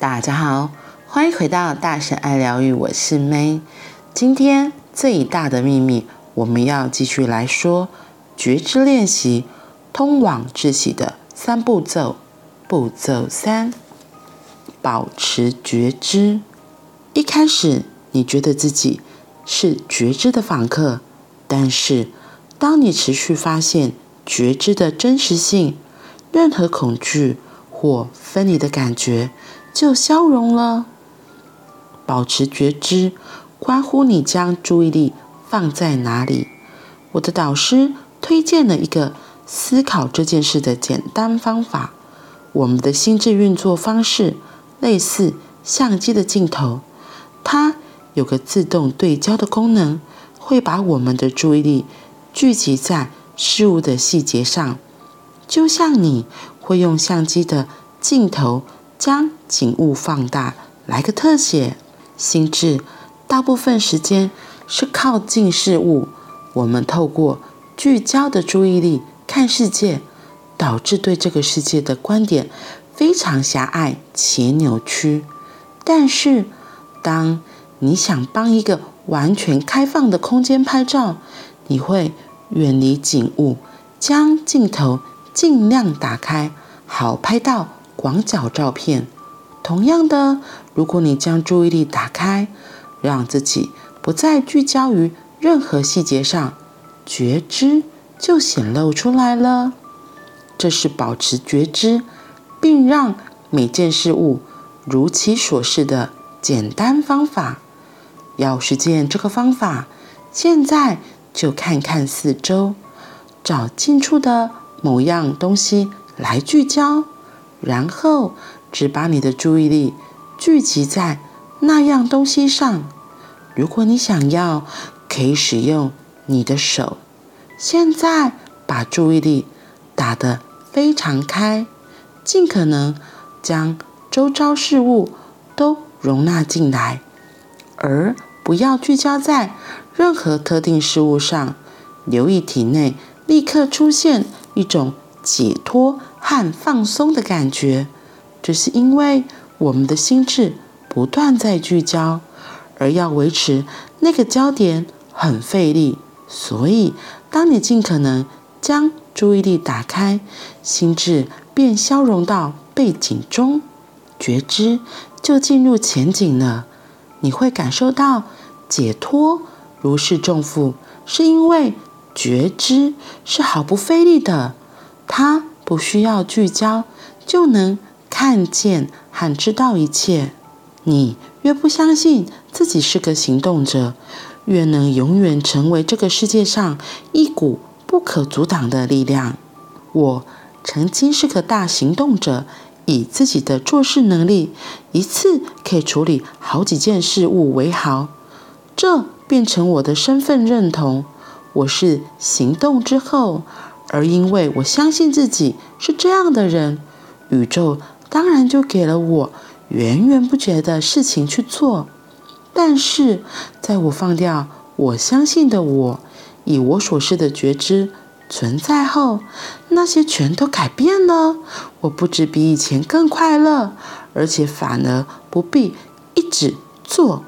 大家好，欢迎回到大神爱疗愈，我是 May。今天最大的秘密，我们要继续来说觉知练习通往自喜的3步骤。步骤3，保持觉知。一开始你觉得自己是觉知的访客，但是当你持续发现觉知的真实性，任何恐惧或分离的感觉就消融了。保持觉知关乎你将注意力放在哪里。我的导师推荐了一个思考这件事的简单方法。我们的心智运作方式类似相机的镜头，它有个自动对焦的功能，会把我们的注意力聚集在事物的细节上，就像你会用相机的镜头将景物放大，来个特写。心智大部分时间是靠近事物，我们透过聚焦的注意力看世界，导致对这个世界的观点非常狭隘且扭曲。但是当你想帮一个完全开放的空间拍照，你会远离景物，将镜头尽量打开，好拍到广角照片。同样的，如果你将注意力打开，让自己不再聚焦于任何细节上，觉知就显露出来了。这是保持觉知，并让每件事物如其所示的简单方法。要实践这个方法，现在就看看四周，找近处的某样东西来聚焦，然后只把你的注意力聚集在那样东西上。如果你想要，可以使用你的手。现在把注意力打得非常开，尽可能将周遭事物都容纳进来，而不要聚焦在任何特定事物上。留意体内立刻出现一种解脱和放松的感觉，这是因为我们的心智不断在聚焦，而要维持那个焦点很费力。所以当你尽可能将注意力打开，心智便消融到背景中，觉知就进入前景了。你会感受到解脱如释重负，是因为觉知是毫不费力的，它不需要聚焦就能看见和知道一切。你越不相信自己是个行动者，越能永远成为这个世界上一股不可阻挡的力量。我曾经是个大行动者，以自己的做事能力，一次可以处理好几件事物为豪，这变成我的身份认同。我是行动之后，而因为我相信自己是这样的人，宇宙当然就给了我源源不绝的事情去做。但是在我放掉我相信的我，以我所示的觉知存在后，那些全都改变了。我不止比以前更快乐，而且反而不必一直做，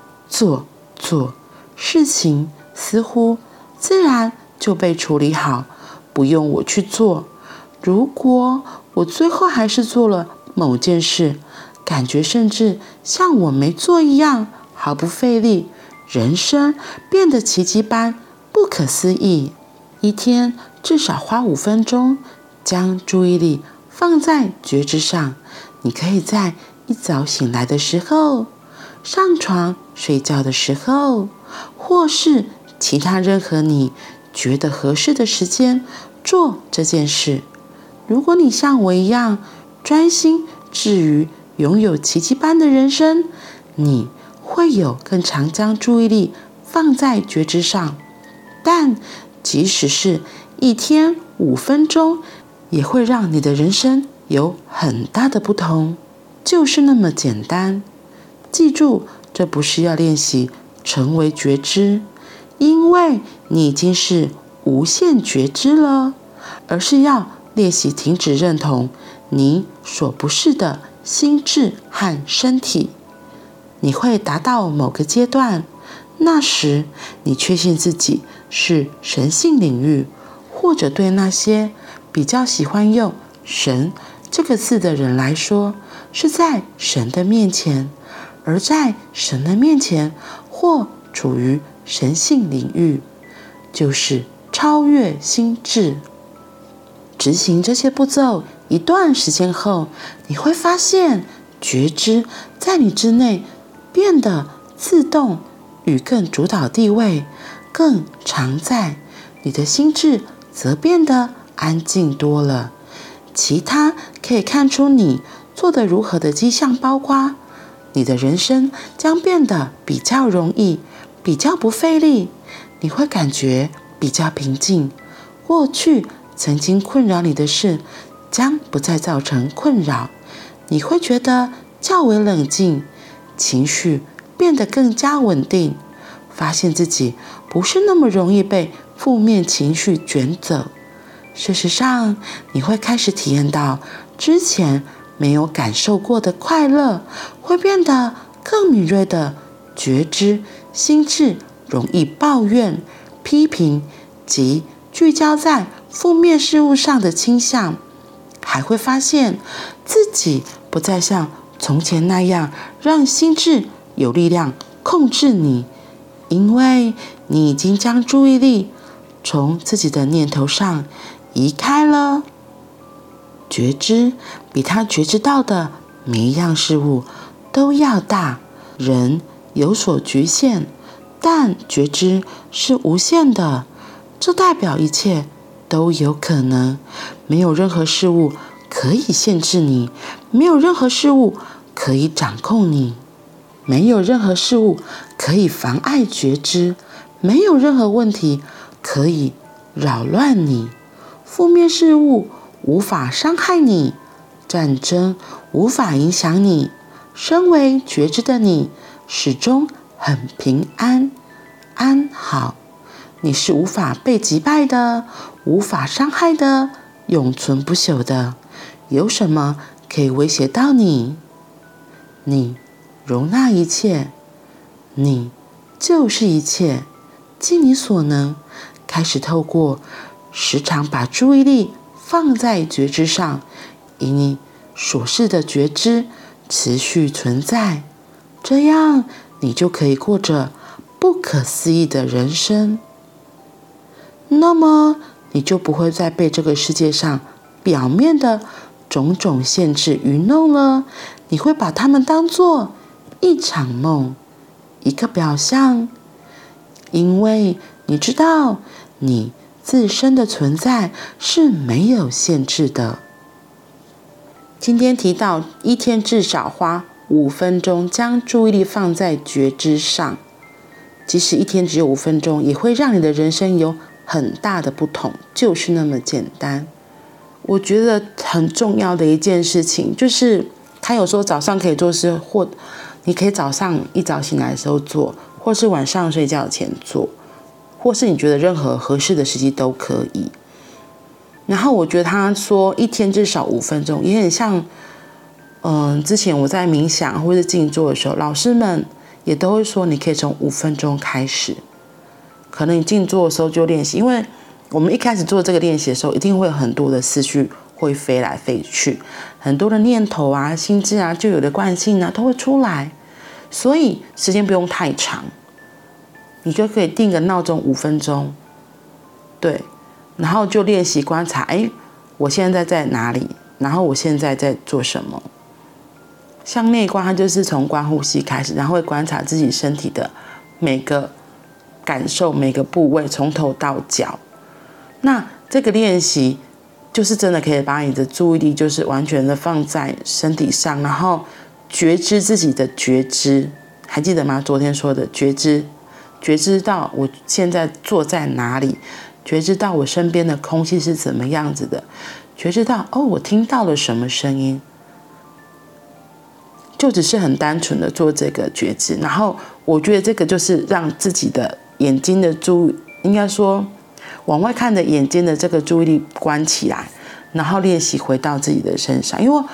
事情似乎自然就被处理好，不用我去做。如果我最后还是做了某件事，感觉甚至像我没做一样，毫不费力，人生变得奇迹般不可思议。一天至少花5分钟，将注意力放在觉知上。你可以在一早醒来的时候，上床睡觉的时候，或是其他任何你觉得合适的时间做这件事。如果你像我一样专心致于拥有奇迹般的人生，你会有更常将注意力放在觉知上。但即使是一天5分钟，也会让你的人生有很大的不同，就是那么简单。记住，这不是要练习成为觉知，因为你已经是无限觉知了，而是要练习停止认同你所不是的心智和身体。你会达到某个阶段，那时你确信自己是神性领域，或者对那些比较喜欢用神这个字的人来说，是在神的面前，而在神的面前或处于神性领域，就是超越心智。执行这些步骤一段时间后，你会发现觉知在你之内变得自动与更主导地位，更常在，你的心智则变得安静多了。其他可以看出你做得如何的迹象包括，你的人生将变得比较容易，比较不费力，你会感觉比较平静，过去曾经困扰你的事将不再造成困扰，你会觉得较为冷静，情绪变得更加稳定，发现自己不是那么容易被负面情绪卷走。事实上，你会开始体验到之前没有感受过的快乐，会变得更敏锐的觉知心智容易抱怨、批评及聚焦在负面事物上的倾向，还会发现自己不再像从前那样让心智有力量控制你，因为你已经将注意力从自己的念头上移开了。觉知比他觉知到的每一样事物都要大。人有所局限，但觉知是无限的，这代表一切都有可能。没有任何事物可以限制你，没有任何事物可以掌控你，没有任何事物可以妨碍觉知，没有任何问题可以扰乱你。负面事物无法伤害你，战争无法影响你。身为觉知的你，始终很平安、安好。你是无法被击败的，无法伤害的，永存不朽的。有什么可以威胁到你？你容纳一切，你就是一切。尽你所能，开始透过时常把注意力放在觉知上，以你所示的觉知持续存在，这样你就可以过着不可思议的人生。那么你就不会再被这个世界上表面的种种限制愚弄了，你会把它们当作一场梦，一个表象，因为你知道你自身的存在是没有限制的。今天提到一天至少花5分钟将注意力放在觉知上，即使一天只有5分钟，也会让你的人生有很大的不同，就是那么简单。我觉得很重要的一件事情就是，他有说早上可以做事，或你可以早上一早醒来的时候做，或是晚上睡觉前做，或是你觉得任何合适的时机都可以。然后我觉得他说一天至少5分钟，也很像，之前我在冥想或是静坐的时候，老师们也都会说，你可以从5分钟开始。可能你静坐的时候就练习，因为我们一开始做这个练习的时候，一定会有很多的思绪会飞来飞去，很多的念头啊、心智啊、旧有的惯性啊都会出来，所以时间不用太长，你就可以定个闹钟5分钟，对，然后就练习观察，我现在在哪里？然后我现在在做什么？像内观，它就是从观呼吸开始，然后会观察自己身体的每个感受，每个部位，从头到脚。那这个练习就是真的可以把你的注意力就是完全的放在身体上，然后觉知自己的觉知，还记得吗？昨天说的觉知到我现在坐在哪里，觉知到我身边的空气是怎么样子的，觉知到我听到了什么声音，就只是很单纯的做这个觉知。然后我觉得这个就是让自己的眼睛的应该说往外看的眼睛的这个注意力关起来，然后练习回到自己的身上。因为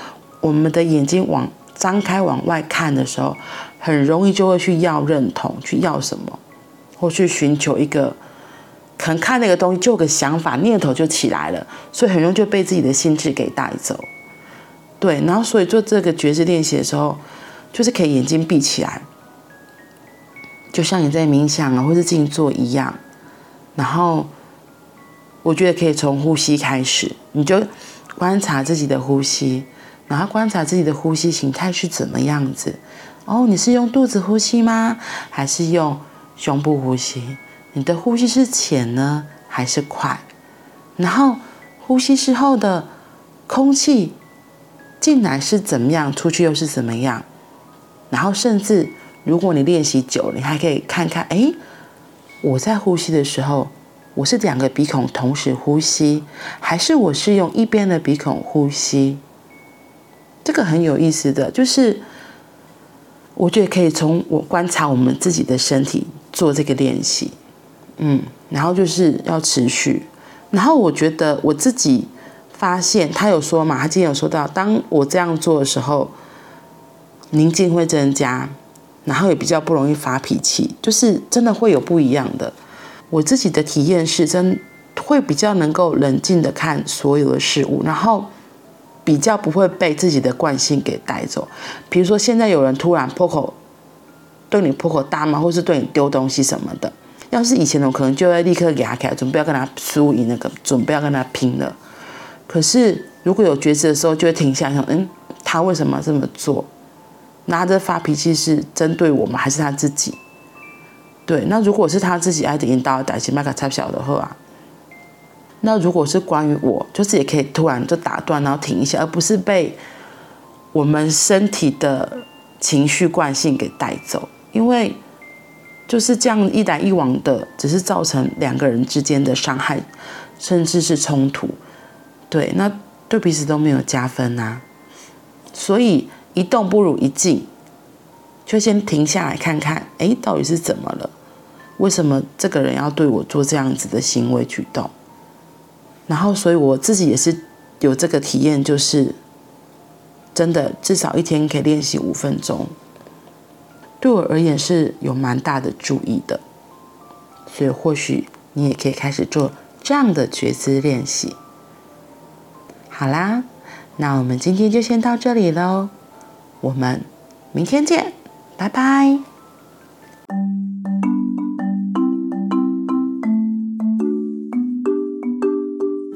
我们的眼睛张开往外看的时候，很容易就会去要认同，去要什么，或去寻求一个，可能看那个东西就有个想法念头就起来了，所以很容易就被自己的心智给带走。对，然后所以做这个觉知练习的时候，就是可以眼睛闭起来，就像你在冥想啊或是静坐一样，然后我觉得可以从呼吸开始，你就观察自己的呼吸，然后观察自己的呼吸形态是怎么样子。你是用肚子呼吸吗？还是用胸部呼吸？你的呼吸是浅呢，还是快？然后呼吸之后的空气进来是怎么样，出去又是怎么样？然后甚至如果你练习久了，你还可以看看，我在呼吸的时候，我是2个鼻孔同时呼吸，还是我是用一边的鼻孔呼吸？这个很有意思的，就是我觉得可以从我观察我们自己的身体做这个练习，然后就是要持续。然后我觉得我自己发现，他有说嘛，他今天有说到，当我这样做的时候，宁静会增加，然后也比较不容易发脾气，就是真的会有不一样的。我自己的体验是真会比较能够冷静的看所有的事物，然后比较不会被自己的惯性给带走。比如说现在有人突然对你破口大骂，或是对你丢东西什么的，要是以前我可能就会立刻给他起来，准备要跟他输赢那个，准备要跟他拼了。可是如果有觉知的时候，就会停下来想，他为什么这么做？那他这发脾气是针对我吗？还是他自己？对，那如果是他自己爱的引导的事情，别给插小的话，那如果是关于我，就是也可以突然就打断，然后停一下，而不是被我们身体的情绪惯性给带走。因为就是这样一来一往的，只是造成2个人之间的伤害，甚至是冲突。对，那对彼此都没有加分啊。所以一动不如一静，就先停下来看看，到底是怎么了？为什么这个人要对我做这样子的行为举动？然后，所以我自己也是有这个体验，就是真的至少一天可以练习5分钟，对我而言是有蛮大的注意的。所以或许你也可以开始做这样的觉知练习。好啦，那我们今天就先到这里咯，我们明天见，拜拜。